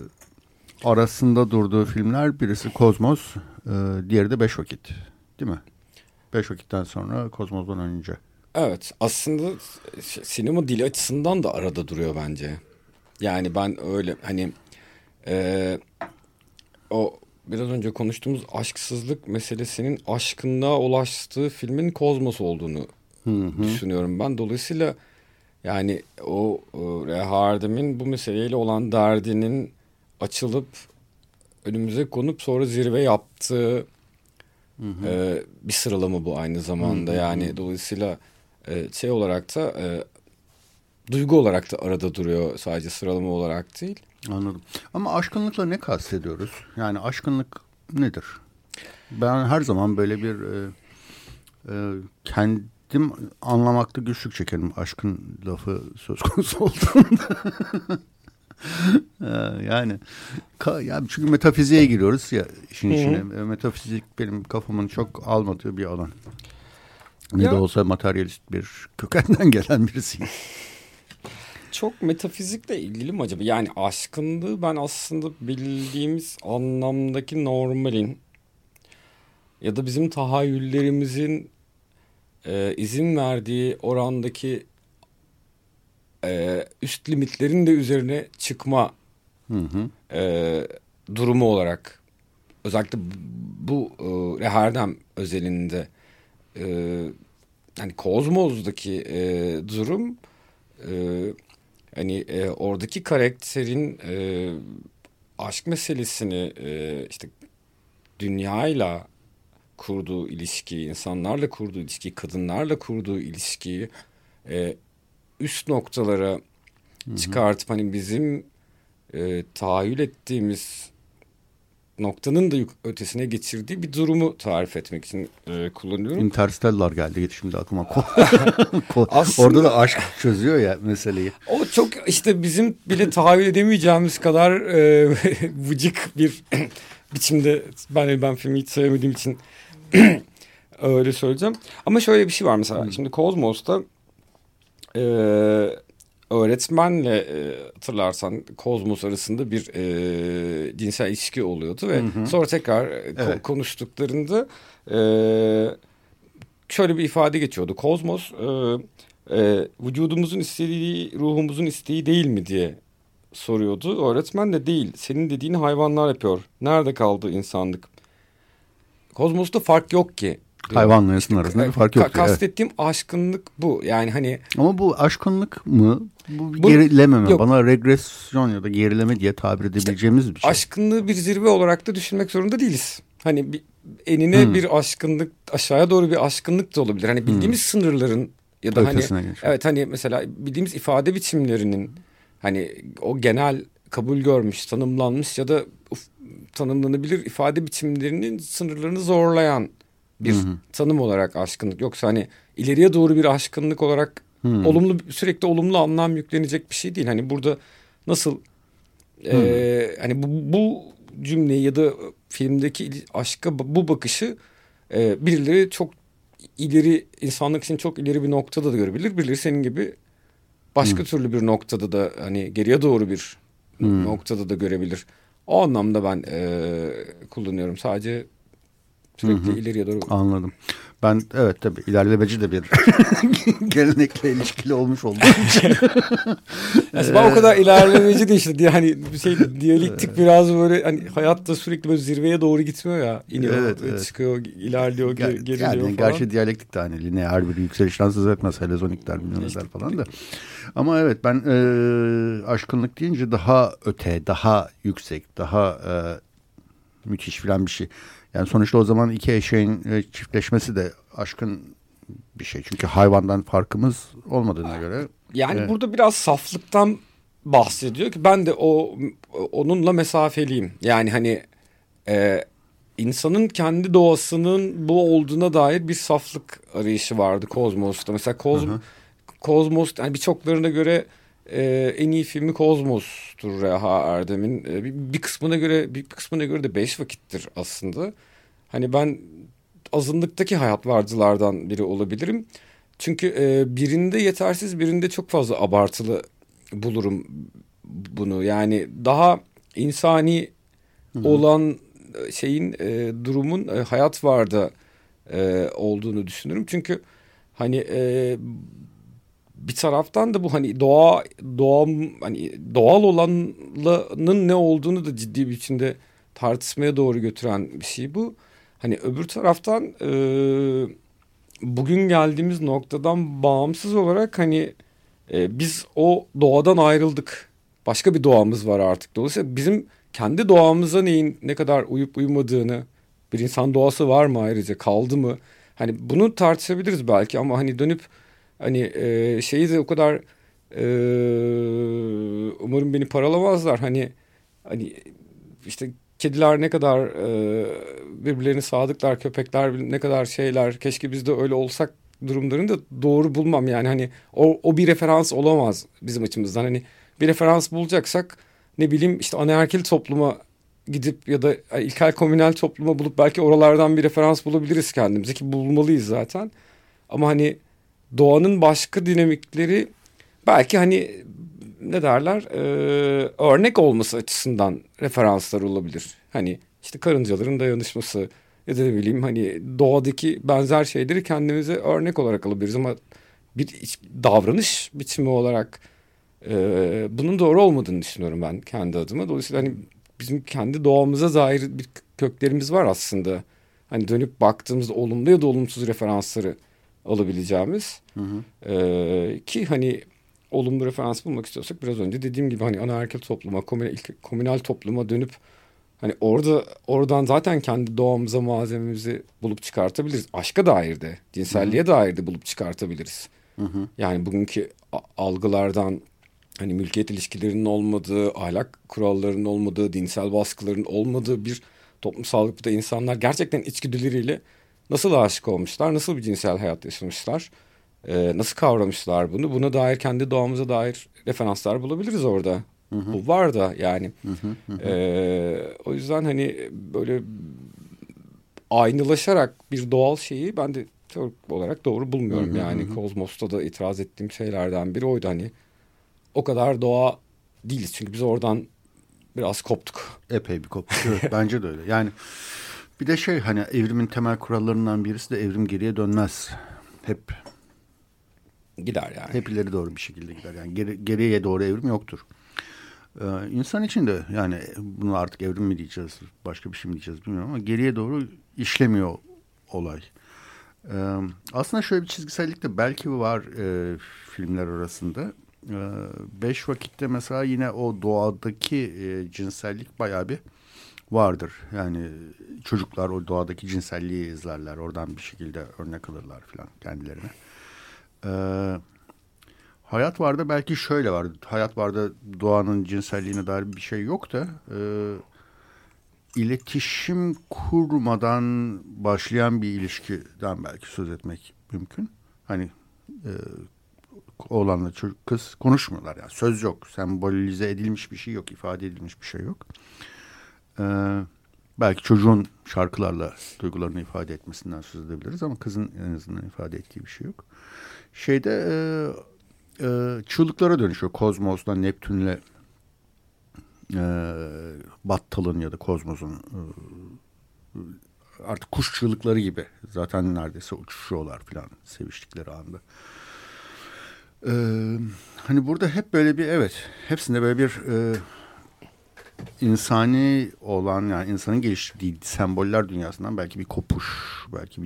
arasında durduğu filmler birisi Kozmos, e, diğeri de Beş Vakit, değil mi? Beş Vakit'ten sonra Kozmos'dan önce. Evet, aslında sinema dili açısından da arada duruyor bence. Yani ben öyle hani e, o biraz önce konuştuğumuz aşksızlık meselesinin aşkınlığa ulaştığı filmin Kozmos olduğunu Hı hı. düşünüyorum ben. Dolayısıyla yani o, o Reha Erdem'in bu meseleyle olan derdinin açılıp önümüze konup sonra zirve yaptığı Hı hı. e, bir sıralama bu aynı zamanda. Hı hı. Yani dolayısıyla e, şey olarak da e, duygu olarak da arada duruyor, sadece sıralama olarak değil. Anladım. Ama aşkınlıkla ne kastediyoruz? Yani aşkınlık nedir? Ben her zaman böyle bir e, e, kendim anlamakta güçlük çekerim aşkın lafı söz konusu olduğunda. yani, ka, yani çünkü metafiziğe giriyoruz ya işin içine. Hı-hı. Metafizik benim kafamın çok almadığı bir alan. Ne ya, de olsa materyalist bir kökenden gelen birisiyim. Çok metafizikle ilgili mi acaba? Yani aşkınlığı ben aslında bildiğimiz anlamdaki normalin ya da bizim tahayyüllerimizin e, izin verdiği orandaki e, üst limitlerin de üzerine çıkma hı hı. E, durumu olarak, özellikle bu e, Reherdem özelinde e, hani Kozmos'daki e, durum e, hani e, oradaki karakterin e, aşk meselesini e, işte dünyayla kurduğu ilişkiyi, insanlarla kurduğu ilişkiyi, kadınlarla kurduğu ilişkiyi e, üst noktalara Hı-hı. çıkartıp hani bizim e, tahayyül ettiğimiz noktanın da ötesine geçirdiği bir durumu tarif etmek için e, kullanıyorum. Interstellar geldi şimdi aklıma. Aslında, orada da aşk çözüyor ya meseleyi. O çok işte bizim bile tahayyül edemeyeceğimiz kadar e, vıcık bir biçimde, ben ben filmi hiç sevmediğim için öyle söyleyeceğim. Ama şöyle bir şey var mesela. Hmm. Şimdi Kozmos'ta e, öğretmenle e, hatırlarsan Kozmos arasında bir e, cinsel ilişki oluyordu ve hı hı. sonra tekrar evet. ko- konuştuklarında e, şöyle bir ifade geçiyordu. Kozmos e, e, vücudumuzun istediği, ruhumuzun isteği değil mi diye soruyordu. Öğretmen de değil. Senin dediğini hayvanlar yapıyor. Nerede kaldı insanlık? Kozmos'ta fark yok ki. Hayvanla insan arasında bir fark yok. Ka- kastettiğim evet. aşkınlık bu. Yani hani. Ama bu aşkınlık mı? Bu, bu gerilememe. Yok. Bana regresyon ya da gerileme diye tabir edebileceğimiz işte, bir şey. Aşkınlığı bir zirve olarak da düşünmek zorunda değiliz. Hani bir, enine hmm. bir aşkınlık, aşağıya doğru bir aşkınlık da olabilir. Hani bildiğimiz hmm. sınırların ya da ötesine hani geçiyor. Evet hani mesela bildiğimiz ifade biçimlerinin hani o genel kabul görmüş, tanımlanmış ya da uf, tanımlanabilir ifade biçimlerinin sınırlarını zorlayan bir Hı-hı. tanım olarak aşkınlık. Yoksa hani ileriye doğru bir aşkınlık olarak Hı-hı. olumlu, sürekli olumlu anlam yüklenecek bir şey değil. Hani burada nasıl e, hani bu, bu cümleyi ya da filmdeki aşka bu bakışı e, birileri çok ileri, insanlık için çok ileri bir noktada da görebilir. Birileri senin gibi başka Hı. türlü bir noktada da hani geriye doğru bir Hı. noktada da görebilir. O anlamda ben e, kullanıyorum. Sadece sürekli Hı-hı. ileriye doğru. Anladım. Ben evet tabii ilerlemeci de bir gelenekle ilişkili olmuş oldum. yani ben o kadar ilerlemeci de işte hani bir şey diyalektik biraz böyle hani hayatta sürekli böyle zirveye doğru gitmiyor ya. İniyor, evet, evet. çıkıyor, ilerliyor, Ger- geriliyor yani, falan. Gerçi diyalektik de hani lineer bir yükselişten söz etmez. Helezonikler, milyonizler falan da. Ama evet ben e, aşkınlık deyince daha öte, daha yüksek, daha e, müthiş falan bir şey. Yani sonuçta o zaman iki eşeğin çiftleşmesi de aşkın bir şey. Çünkü hayvandan farkımız olmadığına göre. Yani e... burada biraz saflıktan bahsediyor ki ben de o onunla mesafeliyim. Yani hani e, insanın kendi doğasının bu olduğuna dair bir saflık arayışı vardı Kozmos'ta. Mesela Koz, Kozmos yani birçoklarına göre e, en iyi filmi Kozmos'tur Reha Erdem'in. E, bir, bir kısmına göre bir kısmına göre de beş vakittir aslında. Hani ben azınlıktaki hayat varcılardan biri olabilirim. Çünkü e, birinde yetersiz, birinde çok fazla abartılı bulurum bunu. Yani daha insani Hı-hı. olan şeyin e, durumun e, hayat varda e, olduğunu düşünürüm. Çünkü hani e, bir taraftan da bu hani doğa doğa hani doğal olanın ne olduğunu da ciddi bir biçimde tartışmaya doğru götüren bir şey bu. Hani öbür taraftan e, bugün geldiğimiz noktadan bağımsız olarak hani e, biz o doğadan ayrıldık. Başka bir doğamız var artık. Dolayısıyla bizim kendi doğamıza neyin ne kadar uyup uymadığını, bir insan doğası var mı ayrıca, kaldı mı? Hani bunu tartışabiliriz belki ama hani dönüp hani e, şeyi de o kadar Ee, umarım beni paralamazlar. Hani hani işte kediler ne kadar e, birbirlerine sadıklar, köpekler ne kadar şeyler. Keşke biz de öyle olsak durumlarını da doğru bulmam. Yani hani o, o bir referans olamaz bizim açımızdan. Hani bir referans bulacaksak ne bileyim işte anaerkil topluma gidip ya da ilkel komünel topluma bulup belki oralardan bir referans bulabiliriz kendimize, ki bulmalıyız zaten. Ama hani doğanın başka dinamikleri belki hani ne derler e, örnek olması açısından referanslar olabilir. Hani işte karıncaların dayanışması ya da ne bileyim hani doğadaki benzer şeyleri kendimize örnek olarak alabiliriz. Ama bir iç- davranış biçimi olarak e, bunun doğru olmadığını düşünüyorum ben kendi adıma. Dolayısıyla hani bizim kendi doğamıza dair bir köklerimiz var aslında. Hani dönüp baktığımızda olumlu ya da olumsuz referansları alabileceğimiz. Hı hı. Ee, ki hani olumlu referans bulmak istiyorsak biraz önce dediğim gibi hani anaerkil topluma, komünal, komünal topluma dönüp hani orada oradan zaten kendi doğamıza malzememizi bulup çıkartabiliriz. Aşka dair de, cinselliğe dair de bulup çıkartabiliriz. Hı hı. Yani bugünkü a- algılardan hani mülkiyet ilişkilerinin olmadığı, ahlak kurallarının olmadığı, dinsel baskıların olmadığı bir toplumsal yapıda insanlar gerçekten içgüdüleriyle nasıl aşık olmuşlar, nasıl bir cinsel hayat yaşamışlar, e, nasıl kavramışlar bunu, buna dair kendi doğamıza dair referanslar bulabiliriz orada. Hı hı. Bu var da yani. Hı hı. Hı hı. E, o yüzden hani böyle aynılaşarak bir doğal şeyi ben de teorik olarak doğru bulmuyorum. Hı hı, Yani hı hı. Kozmos'ta da itiraz ettiğim şeylerden biri oydu hani. O kadar doğa değiliz çünkü biz oradan biraz koptuk. Epey bir kopuk. Evet, bence de öyle. Yani bir de şey, hani evrimin temel kurallarından birisi de evrim geriye dönmez. Hep Gider yani. hep ileri doğru bir şekilde gider. Yani geri, geriye doğru evrim yoktur. Ee, insan için de yani bunu artık evrim mi diyeceğiz, başka bir şey mi diyeceğiz bilmiyorum ama geriye doğru işlemiyor olay. Ee, aslında şöyle bir çizgisellik de belki var e, filmler arasında. Ee, beş vakitte mesela yine o doğadaki e, cinsellik bayağı bir vardır. Yani çocuklar o doğadaki cinselliği izlerler. Oradan bir şekilde örnek alırlar falan kendilerine. Ee, Hayat Var'da belki şöyle var. Hayat Var'da doğanın cinselliğine dair bir şey yok da e, iletişim kurmadan başlayan bir ilişkiden belki söz etmek mümkün. Hani e, oğlanla çocuk, kız konuşmuyorlar yani, söz yok, sembolize edilmiş bir şey yok, ifade edilmiş bir şey yok. Ee, belki çocuğun şarkılarla duygularını ifade etmesinden söz edebiliriz ama kızın en azından ifade ettiği bir şey yok. Şeyde e, e, çığlıklara dönüşüyor. Kozmos'la Neptün'le e, Battal'ın ya da Kozmos'un e, artık kuş çığlıkları gibi. Zaten neredeyse uçuşuyorlar falan seviştikleri anda. Ee, hani burada hep böyle bir, evet, hepsinde böyle bir e, insani olan, yani insanın geliştirdiği semboller dünyasından belki bir kopuş, belki bir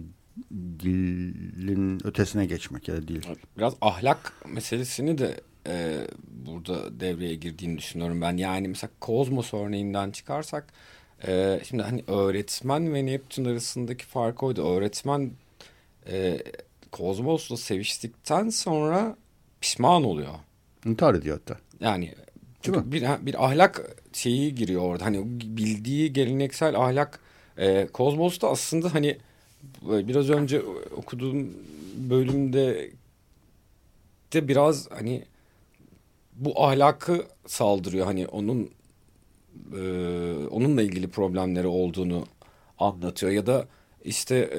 dilin ötesine geçmek ya da dil. Biraz ahlak meselesini de e, burada devreye girdiğini düşünüyorum ben. Yani mesela Kozmos örneğinden çıkarsak e, şimdi hani öğretmen ve Neptün arasındaki fark oydu. Öğretmen e, Kozmos'la seviştikten sonra pişman oluyor. İntihar ediyor hatta. Yani çünkü bir, bir ahlak şeyi giriyor orada. Hani bildiği geleneksel ahlak e, Kozmos'ta aslında hani biraz önce okuduğum bölümde de biraz hani bu ahlakı saldırıyor. Hani onun e, onunla ilgili problemleri olduğunu anlatıyor. Ya da işte e,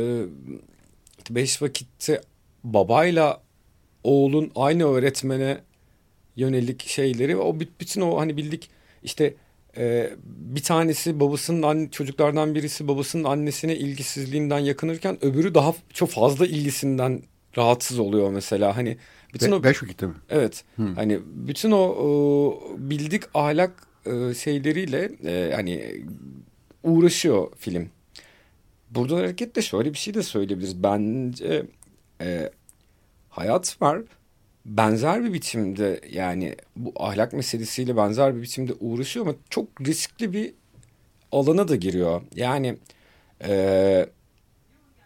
beş vakitte babayla oğlun aynı öğretmene yönelik şeyleri, o bütün o hani bildik işte e, bir tanesi babasının anne, çocuklardan birisi babasının annesine ilgisizliğinden yakınırken öbürü daha çok fazla ilgisinden rahatsız oluyor mesela. Hani bütün Be, o beş vakitte mi? evet. Hı. Hani bütün o, o bildik ahlak e, şeyleriyle e, hani uğraşıyor film. Buradan hareketle şöyle bir şey de söyleyebiliriz. Bence e, Hayat Var benzer bir biçimde, yani bu ahlak meselesiyle benzer bir biçimde uğraşıyor ama çok riskli bir alana da giriyor. Yani e,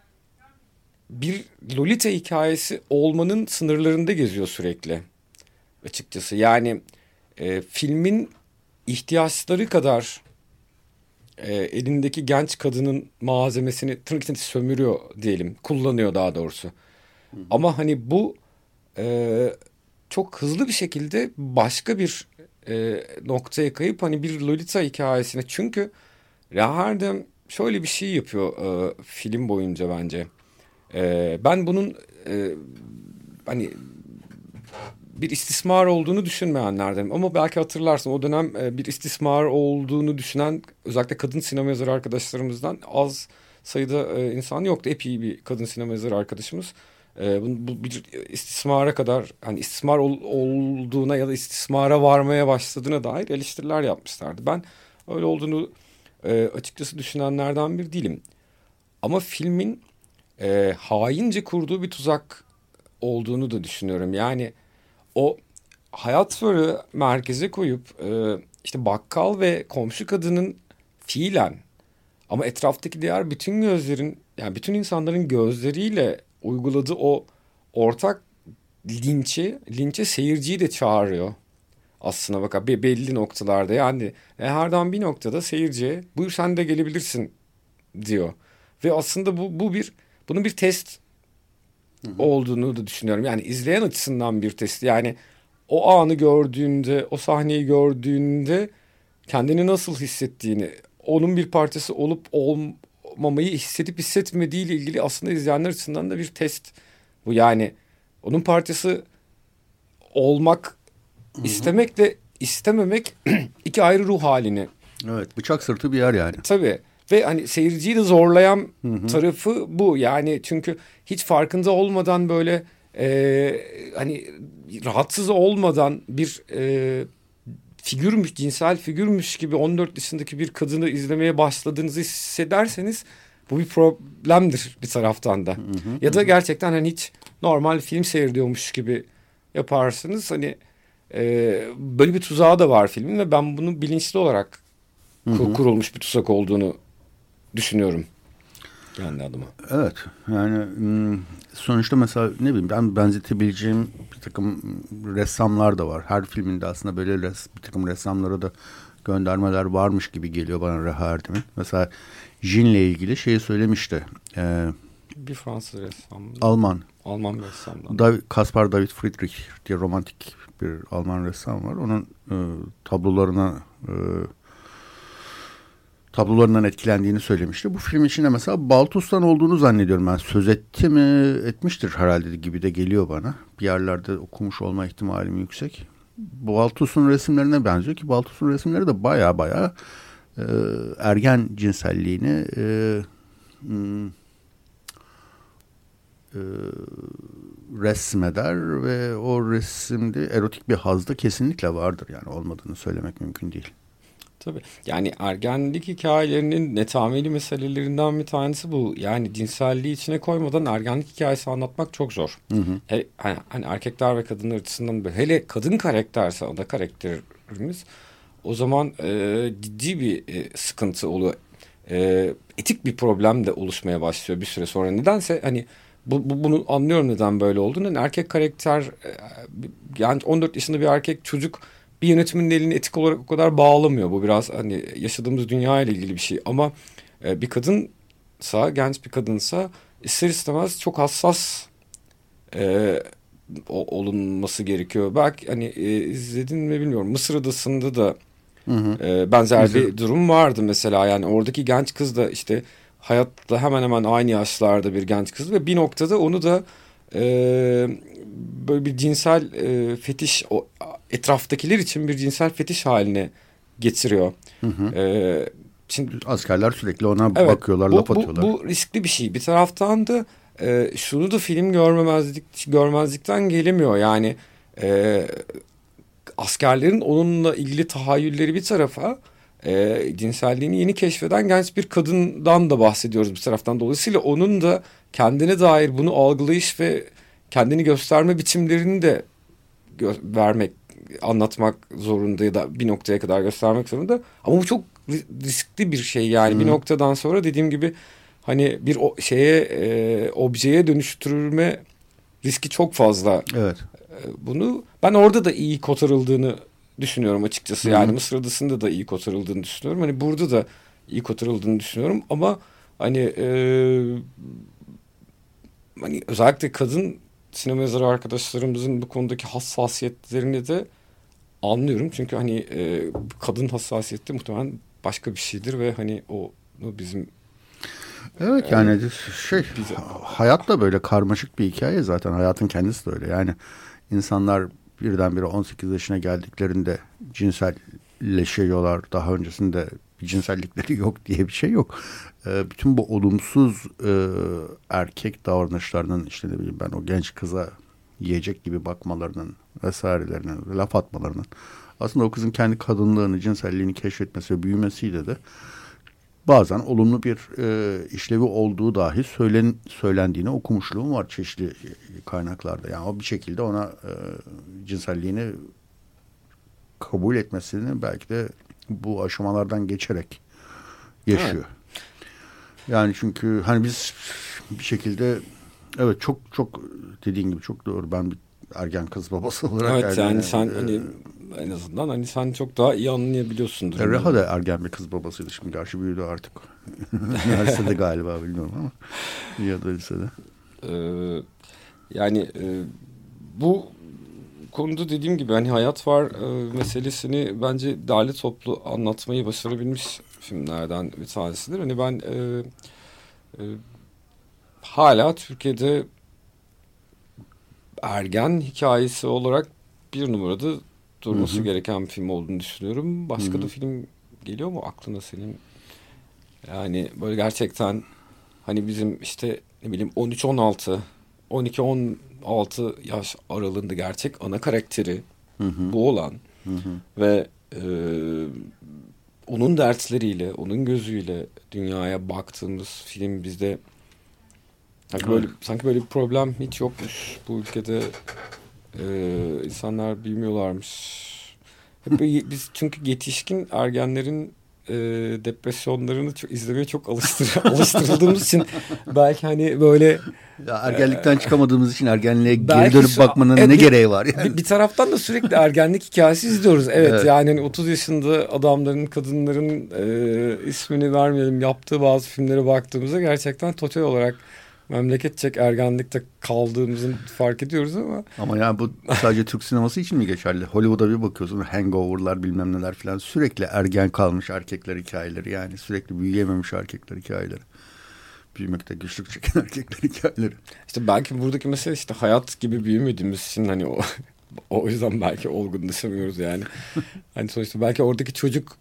bir Lolita hikayesi olmanın sınırlarında geziyor sürekli. açıkçası. Yani e, filmin ihtiyaçları kadar e, elindeki genç kadının malzemesini tırnak içinde sömürüyor diyelim. Kullanıyor daha doğrusu. Hı. Ama hani bu e, çok hızlı bir şekilde başka bir e, noktaya kayıp hani bir Lolita hikayesine. Çünkü Rahardem şöyle bir şey yapıyor e, film boyunca bence. E, ben bunun e, hani bir istismar olduğunu düşünmeyenlerdenim. Ama belki hatırlarsın o dönem e, bir istismar olduğunu düşünen özellikle kadın sinema yazarı arkadaşlarımızdan az sayıda e, insan yoktu. Epey bir kadın sinema yazarı arkadaşımız. E, bu, bu bir istismara kadar hani istismar ol, olduğuna ya da istismara varmaya başladığına dair eleştiriler yapmışlardı. Ben öyle olduğunu e, açıkçası düşünenlerden bir değilim. Ama filmin e, haince kurduğu bir tuzak olduğunu da düşünüyorum. Yani o hayatları merkeze koyup e, işte bakkal ve komşu kadının fiilen ama etraftaki diğer bütün gözlerin yani bütün insanların gözleriyle uyguladığı o ortak linçi, linçe seyirciyi de çağırıyor. Aslına bak be, belli noktalarda yani e, herden bir noktada seyirciye buyur sen de gelebilirsin diyor. Ve aslında bu, bu bir bunun bir test Hı-hı. olduğunu da düşünüyorum. Yani izleyen açısından bir test. Yani o anı gördüğünde, o sahneyi gördüğünde kendini nasıl hissettiğini, onun bir parçası olup olmamayı hissedip hissetmediğiyle ilgili aslında izleyenler açısından da bir test. Bu yani onun parçası olmak, Hı-hı. istemekle istememek iki ayrı ruh halini. Evet, bıçak sırtı bir yer yani. Tabii. Ve hani seyirciyi de zorlayan hı hı. tarafı bu. Yani çünkü hiç farkında olmadan böyle e, hani rahatsız olmadan bir e, figürmüş, cinsel figürmüş gibi on dört yaşındaki bir kadını izlemeye başladığınızı hissederseniz bu bir problemdir bir taraftan da. Hı hı, ya da gerçekten hani hiç normal film seyrediyormuş gibi yaparsınız. Hani e, böyle bir tuzağı da var filmin ve ben bunu bilinçli olarak hı hı. kurulmuş bir tuzak olduğunu düşünüyorum kendi adıma. Evet yani sonuçta mesela ne bileyim ben benzetebileceğim bir takım ressamlar da var. Her filminde aslında böyle res, bir takım ressamlara da göndermeler varmış gibi geliyor bana Rahardem'in. Mesela Jin'le ilgili şeyi söylemişti. Ee, bir Fransız ressam. Alman. Alman ressamdan. Dav- Caspar David Friedrich diye romantik bir Alman ressam var. Onun e, tablolarına e, tablolarından etkilendiğini söylemişti. Bu film içinde mesela Balthus'tan olduğunu zannediyorum ben. Söz etti mi etmiştir herhalde gibi de geliyor bana. Bir yerlerde okumuş olma ihtimalim yüksek. Balthus'un resimlerine benziyor ki Balthus'un resimleri de baya baya e, ergen cinselliğini e, hmm, e, resmeder ve o resimde erotik bir haz da kesinlikle vardır. Yani olmadığını söylemek mümkün değil. Tabii. Yani ergenlik hikayelerinin netameli meselelerinden bir tanesi bu. Yani cinselliği içine koymadan ergenlik hikayesi anlatmak çok zor. Hı hı. He, hani, hani erkekler ve kadınlar açısından böyle. Hele kadın karakterse o da karakterimiz. O zaman e, ciddi bir e, sıkıntı oluyor. E, etik bir problem de oluşmaya başlıyor bir süre sonra. Nedense hani bu, bu, bunu anlıyorum neden böyle olduğunu. Yani erkek karakter e, yani on dört yaşında bir erkek çocuk bir yönetmenin elini etik olarak o kadar bağlamıyor. Bu biraz hani yaşadığımız dünya ile ilgili bir şey. Ama e, bir kadınsa, genç bir kadınsa ister istemez çok hassas e, o, olunması gerekiyor. Belki hani e, izledin mi bilmiyorum. Mısır Adası'nda da hı hı. E, benzer Mısır. bir durum vardı mesela. Yani oradaki genç kız da işte hayatla hemen hemen aynı yaşlarda bir genç kız ve bir noktada onu da e, böyle bir cinsel e, fetiş o, etraftakiler için bir cinsel fetiş haline getiriyor. Hı hı. E, şimdi askerler sürekli ona evet, bakıyorlar, bu, laf atıyorlar. Bu, bu riskli bir şey. Bir taraftan da e, şunu da film görmemezlik görmezlikten gelemiyor. Yani e, askerlerin onunla ilgili tahayyülleri bir tarafa, e, cinselliğini yeni keşfeden genç bir kadından da bahsediyoruz bir taraftan. Dolayısıyla onun da kendine dair bunu algılayış ve kendini gösterme biçimlerini de gö- vermek, anlatmak zorunda ya da bir noktaya kadar göstermek zorunda. Ama bu çok riskli bir şey yani. Hmm. Bir noktadan sonra dediğim gibi hani bir o şeye e, objeye dönüştürme riski çok fazla. Evet. bunu. Ben orada da iyi kotarıldığını düşünüyorum açıkçası. Yani Hı-hı. Mısır Adası'nda da iyi kotarıldığını düşünüyorum. Hani burada da iyi kotarıldığını düşünüyorum. Ama hani e, hani özellikle kadın sinema yazarı arkadaşlarımızın bu konudaki hassasiyetlerini de anlıyorum. Çünkü hani e, kadın hassasiyeti muhtemelen başka bir şeydir ve hani o, o bizim Evet yani şey bize... hayat da böyle karmaşık bir hikaye zaten. Hayatın kendisi de öyle. Yani insanlar birdenbire on sekiz yaşına geldiklerinde cinselleşiyorlar. Daha öncesinde bir cinsellikleri yok diye bir şey yok. E, bütün bu olumsuz e, erkek davranışlarının işte ne bileyim ben o genç kıza yiyecek gibi bakmalarının vesairelerinin, laf atmalarının aslında o kızın kendi kadınlığını, cinselliğini keşfetmesi ve büyümesiyle de bazen olumlu bir e, işlevi olduğu dahi söylen, söylendiğini okumuşluğum var çeşitli kaynaklarda. Yani o bir şekilde ona e, cinselliğini kabul etmesini belki de bu aşamalardan geçerek yaşıyor. Evet. Yani çünkü hani biz bir şekilde evet çok çok dediğin gibi çok doğru. Ben bir ergen kız babası olarak. Evet yani, yani sen e, hani en azından hani sen çok daha iyi anlayabiliyorsundur. E, Reha da ergen bir kız babasıydı şimdi. Gerçi büyüdü artık. Üniversitede galiba bilmiyorum ama. Ya da lisede. Ee, yani e, bu konuda dediğim gibi hani hayat var e, meselesini bence derli toplu anlatmayı başarabilmiş filmlerden bir tanesidir. Hani ben e, e, hala Türkiye'de ergen hikayesi olarak bir numarada durması hı hı. gereken bir film olduğunu düşünüyorum. Başka hı hı. da film geliyor mu aklına senin? Yani böyle gerçekten hani bizim işte ne bileyim on üç on altı on iki on altı yaş aralığında gerçek ana karakteri hı hı. bu olan hı hı. ve e, onun dertleriyle, onun gözüyle dünyaya baktığımız film bizde sanki böyle, sanki böyle bir problem hiç yokmuş bu ülkede. Ee, insanlar bilmiyorlarmış. Hep biz çünkü yetişkin ergenlerin e, depresyonlarını çok, izlemeye çok alıştır, alıştırıldığımız için belki hani böyle ya ergenlikten e, çıkamadığımız için ergenliğe geri dönüp şu, bakmanın e, ne bir, gereği var yani. Bir, bir taraftan da sürekli ergenlik hikayesi izliyoruz. Evet, evet. Yani hani otuz yaşında adamların, kadınların e, ismini vermeyelim yaptığı bazı filmlere baktığımızda gerçekten total olarak memleketçek ergenlikte kaldığımızın fark ediyoruz ama. Ama yani bu sadece Türk sineması için mi geçerli? Hollywood'a bir bakıyorsun, Hangover'lar bilmem neler falan, sürekli ergen kalmış erkekler hikayeleri, yani sürekli büyüyememiş erkekler hikayeleri. Büyümekte güçlük çeken erkekler hikayeleri. İşte belki buradaki mesele işte hayat gibi büyümediğimiz için hani o o yüzden belki olgunlaşamıyoruz yani. Hani sonuçta belki oradaki çocuk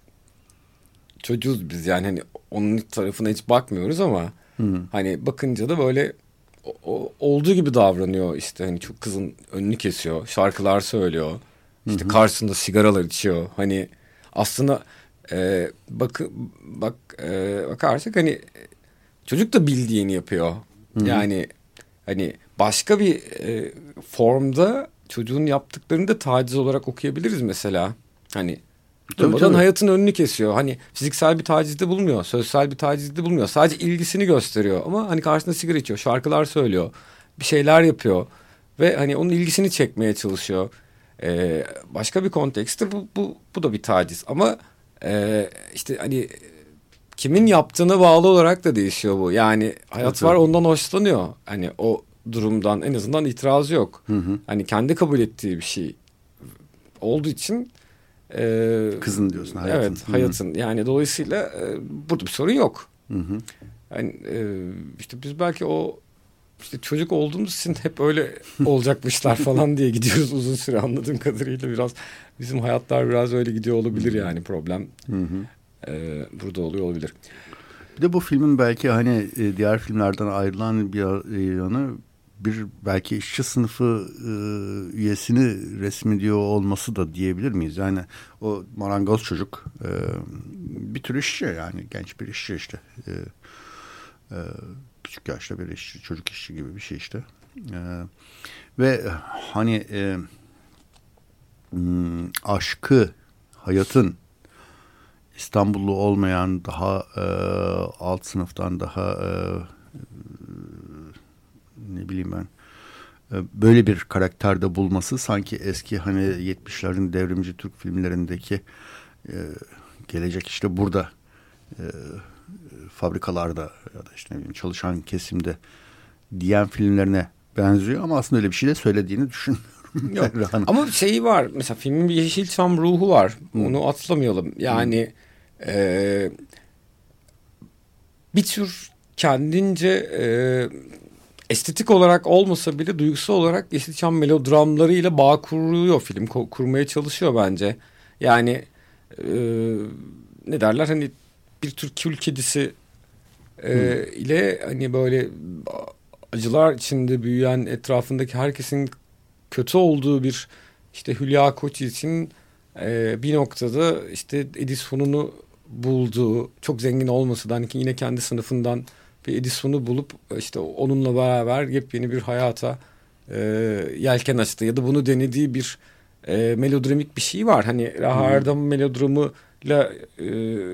çocuğuz biz yani hani onun tarafına hiç bakmıyoruz ama hmm. hani bakınca da böyle o, o, olduğu gibi davranıyor işte hani çok kızın önünü kesiyor, şarkılar söylüyor, işte hmm. karşısında sigaralar içiyor. Hani aslında e, bak bak e, bakarsak hani çocuk da bildiğini yapıyor. Hmm. Yani hani başka bir e, formda çocuğun yaptıklarını da taciz olarak okuyabiliriz mesela. Hani durmadan hayatın önünü kesiyor. Hani fiziksel bir tacizde bulmuyor. Sözsel bir tacizde bulmuyor. Sadece ilgisini gösteriyor. Ama hani karşısında sigara içiyor. Şarkılar söylüyor. Bir şeyler yapıyor. Ve hani onun ilgisini çekmeye çalışıyor. Ee, başka bir kontekste bu, bu, bu da bir taciz. Ama e, işte hani kimin yaptığına bağlı olarak da değişiyor bu. Yani hayat evet, var ondan hoşlanıyor. Hani o durumdan en azından itirazı yok. Hı hı. Hani kendi kabul ettiği bir şey olduğu için Ee, kızın diyorsun hayatın. Evet hayatın. Hı-hı. Yani dolayısıyla e, burada bir sorun yok. Hı-hı. Yani e, işte biz belki o işte çocuk olduğumuz için hep öyle olacakmışlar falan diye gidiyoruz uzun süre, anladığım kadarıyla biraz bizim hayatlar biraz öyle gidiyor olabilir yani, problem e, burada oluyor olabilir. Bir de bu filmin belki hani diğer filmlerden ayrılan bir yanı, bir belki işçi sınıfı e, üyesini resmediyor olması da diyebilir miyiz? Yani o marangoz çocuk e, bir tür işçi, yani genç bir işçi işte. E, e, küçük yaşta bir işçi, çocuk işçi gibi bir şey işte. E, ve hani e, m, aşkı, hayatın İstanbullu olmayan daha e, alt sınıftan daha e, ne bileyim ben e, böyle bir karakterde bulması sanki eski hani yetmişlerin devrimci Türk filmlerindeki e, gelecek işte burada e, fabrikalarda ya da işte ne bileyim çalışan kesimde diyen filmlerine benziyor ama aslında öyle bir şey de söylediğini düşünmüyorum. Yok. Ama şeyi var mesela filmin bir Yeşilçam ruhu var. Hmm. Onu atlamayalım. Yani hmm. e, bir tür kendince e, estetik olarak olmasa bile duygusal olarak Yeşilçam melodramlarıyla bağ kuruyor film. Kurmaya çalışıyor bence. Yani e, ne derler hani bir tür kül kedisi e, hmm. ile hani böyle acılar içinde büyüyen etrafındaki herkesin kötü olduğu bir işte Hülya Koç için e, bir noktada işte Edison'unu bulduğu, çok zengin olması da hani yine kendi sınıfından bir Edison'u bulup işte onunla beraber yepyeni bir hayata e, yelken açtı ya da bunu denediği bir e, melodramik bir şey var. Hani Raha Erdem melodramıyla e,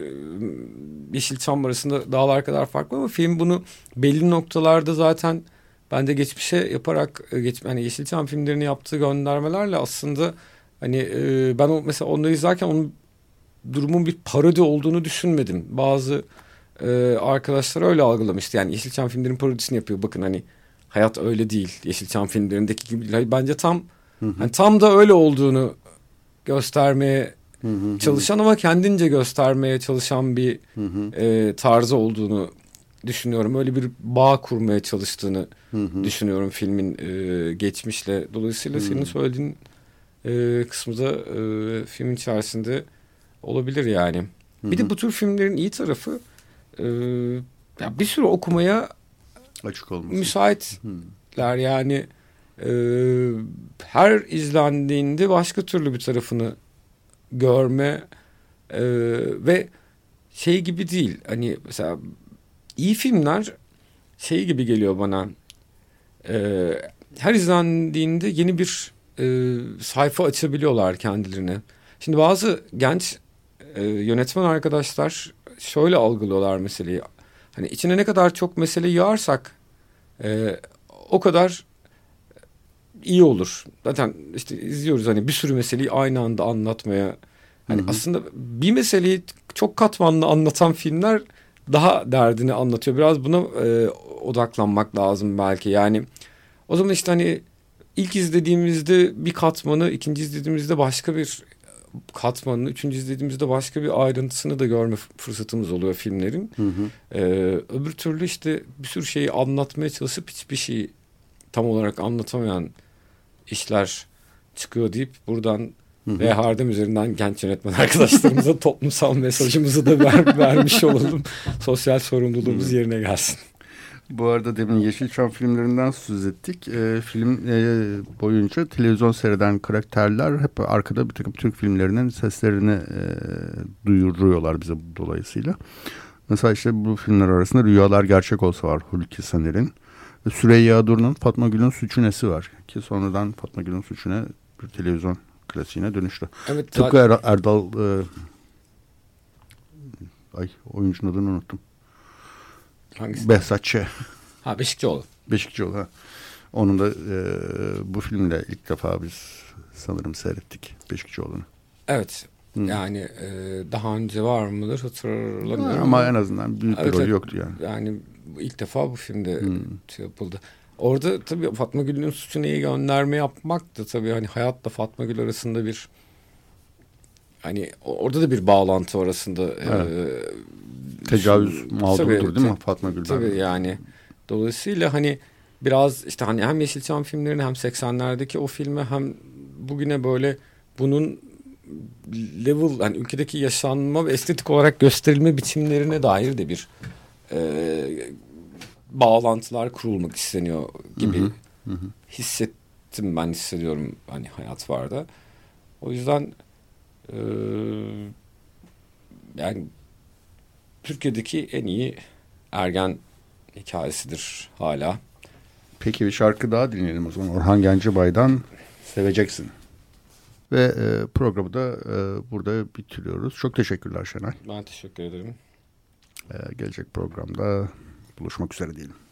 Yeşilçam arasında dağlar kadar farklı ama film bunu belli noktalarda zaten bence geçmişe yaparak geç, hani Yeşilçam filmlerini yaptığı göndermelerle aslında hani e, ben o mesela onları izlerken onun durumun bir parodi olduğunu düşünmedim. Bazı e, arkadaşlar öyle algılamıştı. Yani Yeşilçam filmlerin parodisini yapıyor. Bakın hani hayat öyle değil. Yeşilçam filmlerindeki gibi. Bence tam hı hı. Hani tam da öyle olduğunu göstermeye hı hı. çalışan ama kendince göstermeye çalışan bir hı hı. E, tarzı olduğunu düşünüyorum. Öyle bir bağ kurmaya çalıştığını hı hı. düşünüyorum filmin e, geçmişle. Dolayısıyla hı. senin söylediğin e, kısmı da e, filmin içerisinde olabilir yani. Hı hı. Bir de bu tür filmlerin iyi tarafı e, ya bir sürü okumaya açık olması müsaitler. Hı. Yani e, her izlendiğinde başka türlü bir tarafını görme e, ve şey gibi değil. Hani mesela İyi filmler şey gibi geliyor bana. E, her izlendiğinde yeni bir e, sayfa açabiliyorlar kendilerine. Şimdi bazı genç e, yönetmen arkadaşlar şöyle algılıyorlar meseleyi. Hani içine ne kadar çok mesele yığarsak e, o kadar iyi olur. Zaten işte izliyoruz hani bir sürü meseleyi aynı anda anlatmaya. Hani hı hı. aslında bir meseleyi çok katmanlı anlatan filmler daha derdini anlatıyor. Biraz buna e, odaklanmak lazım belki. Yani o zaman işte hani ilk izlediğimizde bir katmanı, ikinci izlediğimizde başka bir katmanını, üçüncü izlediğimizde başka bir ayrıntısını da görme fırsatımız oluyor filmlerin. Hı hı. E, öbür türlü işte bir sürü şeyi anlatmaya çalışıp hiçbir şeyi tam olarak anlatamayan işler çıkıyor deyip buradan Hı hı. ve Hardem üzerinden genç yönetmen arkadaşlarımıza toplumsal mesajımızı da ver, vermiş olalım. Sosyal sorumluluğumuz hı. yerine gelsin. Bu arada demin Yeşilçam filmlerinden söz ettik. E, film e, boyunca televizyon seyreden karakterler hep arkada bir takım Türk filmlerinin seslerini e, duyuruyorlar bize dolayısıyla. Mesela işte bu filmler arasında Rüyalar Gerçek Olsa var Hulki Saner'in. Süreyya Dur'un Fatma Gül'ün Suçu Nesi var. Ki sonradan Fatma Gül'ün Suçu Ne bir televizyon klasiğine dönüştü. Evet, tıpkı zaten... er, Erdal e, ay oyuncunun adını unuttum. Hangisi? Behzat Ç. Ha Beşikçioğlu. Beşikçioğlu ha. Onun da e, bu filmde ilk defa biz sanırım seyrettik Beşikçioğlu'nu. Evet. Hı. Yani e, daha önce var mıdır hatırlamıyorum. Ha, ama en azından büyük bir evet, rol yoktu yani. Yani ilk defa bu filmde Hı. şey yapıldı. Orada tabii Fatma Gül'ün Suçu Ne'yi gönderme yapmak da tabii hani hayatla Fatma Gül arasında bir hani orada da bir bağlantı arasında. Evet. E, tecavüz mağdurudur değil mi Fatma Gül? Tabii yani. Dolayısıyla hani biraz işte hani hem Yeşilçam filmlerini hem seksenlerdeki o filme hem bugüne böyle bunun level hani ülkedeki yaşanma ve estetik olarak gösterilme biçimlerine dair de bir e, bağlantılar kurulmak isteniyor gibi hı hı, hı. hissettim ben hissediyorum hani hayat vardı. O yüzden e, yani Türkiye'deki en iyi ergen hikayesidir hala. Peki bir şarkı daha dinleyelim o zaman. Orhan Gencebay'dan Seveceksin. Ve e, programı da e, burada bitiriyoruz. Çok teşekkürler Şenay. Ben teşekkür ederim. E, gelecek programda buluşmak üzere diyelim.